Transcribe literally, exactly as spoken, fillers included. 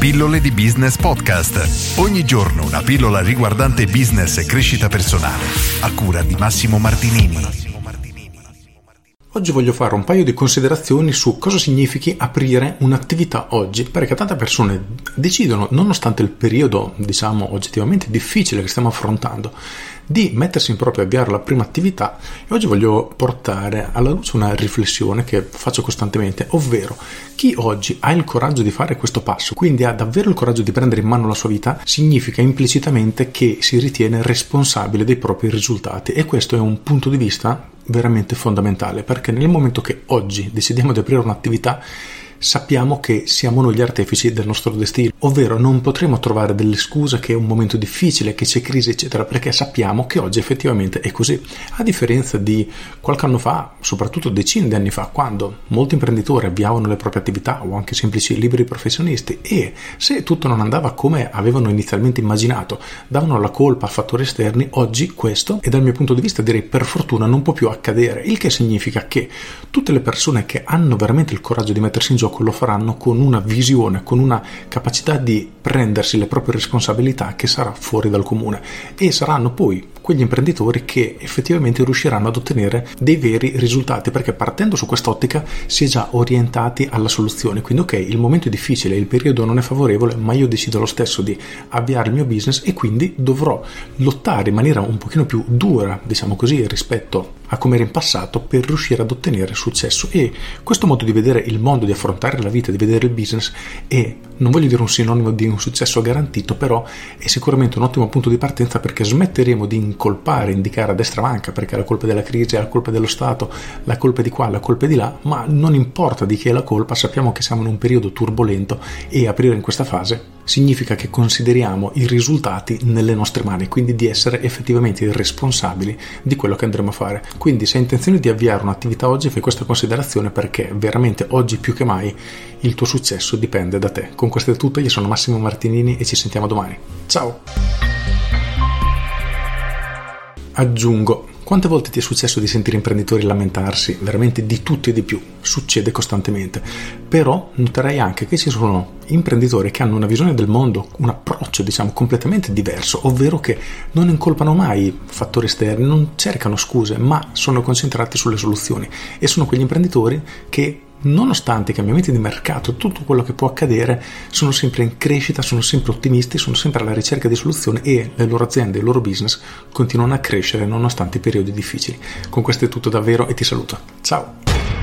Pillole di Business Podcast. Ogni giorno una pillola riguardante business e crescita personale, a cura di Massimo Martinini. Oggi voglio fare un paio di considerazioni su cosa significhi aprire un'attività oggi, perché tante persone decidono, nonostante il periodo, diciamo, oggettivamente difficile che stiamo affrontando, di mettersi in proprio, avviare la prima attività. E oggi voglio portare alla luce una riflessione che faccio costantemente, ovvero chi oggi ha il coraggio di fare questo passo, quindi ha davvero il coraggio di prendere in mano la sua vita, significa implicitamente che si ritiene responsabile dei propri risultati, e questo è un punto di vista veramente fondamentale, perché nel momento che oggi decidiamo di aprire un'attività sappiamo che siamo noi gli artefici del nostro destino, ovvero non potremo trovare delle scuse che è un momento difficile, che c'è crisi eccetera, perché sappiamo che oggi effettivamente è così, a differenza di qualche anno fa, soprattutto decine di anni fa, quando molti imprenditori avviavano le proprie attività o anche semplici liberi professionisti e se tutto non andava come avevano inizialmente immaginato davano la colpa a fattori esterni. Oggi questo, e dal mio punto di vista direi per fortuna, non può più accadere, il che significa che tutte le persone che hanno veramente il coraggio di mettersi in gioco lo faranno con una visione, con una capacità di prendersi le proprie responsabilità che sarà fuori dal comune, e saranno poi quegli imprenditori che effettivamente riusciranno ad ottenere dei veri risultati, perché partendo su quest'ottica si è già orientati alla soluzione. Quindi ok, il momento è difficile, il periodo non è favorevole, ma io decido lo stesso di avviare il mio business e quindi dovrò lottare in maniera un pochino più dura, diciamo così, rispetto a come era in passato, per riuscire ad ottenere successo. E questo modo di vedere il mondo, di affrontare la vita, di vedere il business è, non voglio dire un sinonimo di un successo garantito, però è sicuramente un ottimo punto di partenza, perché smetteremo di incolpare, indicare a destra manca, perché la colpa della crisi, la colpa dello Stato, la colpa di qua, la colpa di là, ma non importa di chi è la colpa, sappiamo che siamo in un periodo turbolento e aprire in questa fase significa che consideriamo i risultati nelle nostre mani, quindi di essere effettivamente responsabili di quello che andremo a fare. Quindi se hai intenzione di avviare un'attività oggi, fai questa considerazione, perché veramente oggi più che mai il tuo successo dipende da te. Con questo è tutto, io sono Massimo Martinini e ci sentiamo domani. Ciao! Aggiungo, quante volte ti è successo di sentire imprenditori lamentarsi veramente di tutto e di più? Succede costantemente, però noterai anche che ci sono imprenditori che hanno una visione del mondo, un approccio diciamo completamente diverso, ovvero che non incolpano mai fattori esterni, non cercano scuse, ma sono concentrati sulle soluzioni, e sono quegli imprenditori che, nonostante i cambiamenti di mercato, tutto quello che può accadere, sono sempre in crescita, sono sempre ottimisti, sono sempre alla ricerca di soluzioni, e le loro aziende, i loro business continuano a crescere nonostante i periodi difficili. Con questo è tutto davvero e ti saluto. Ciao!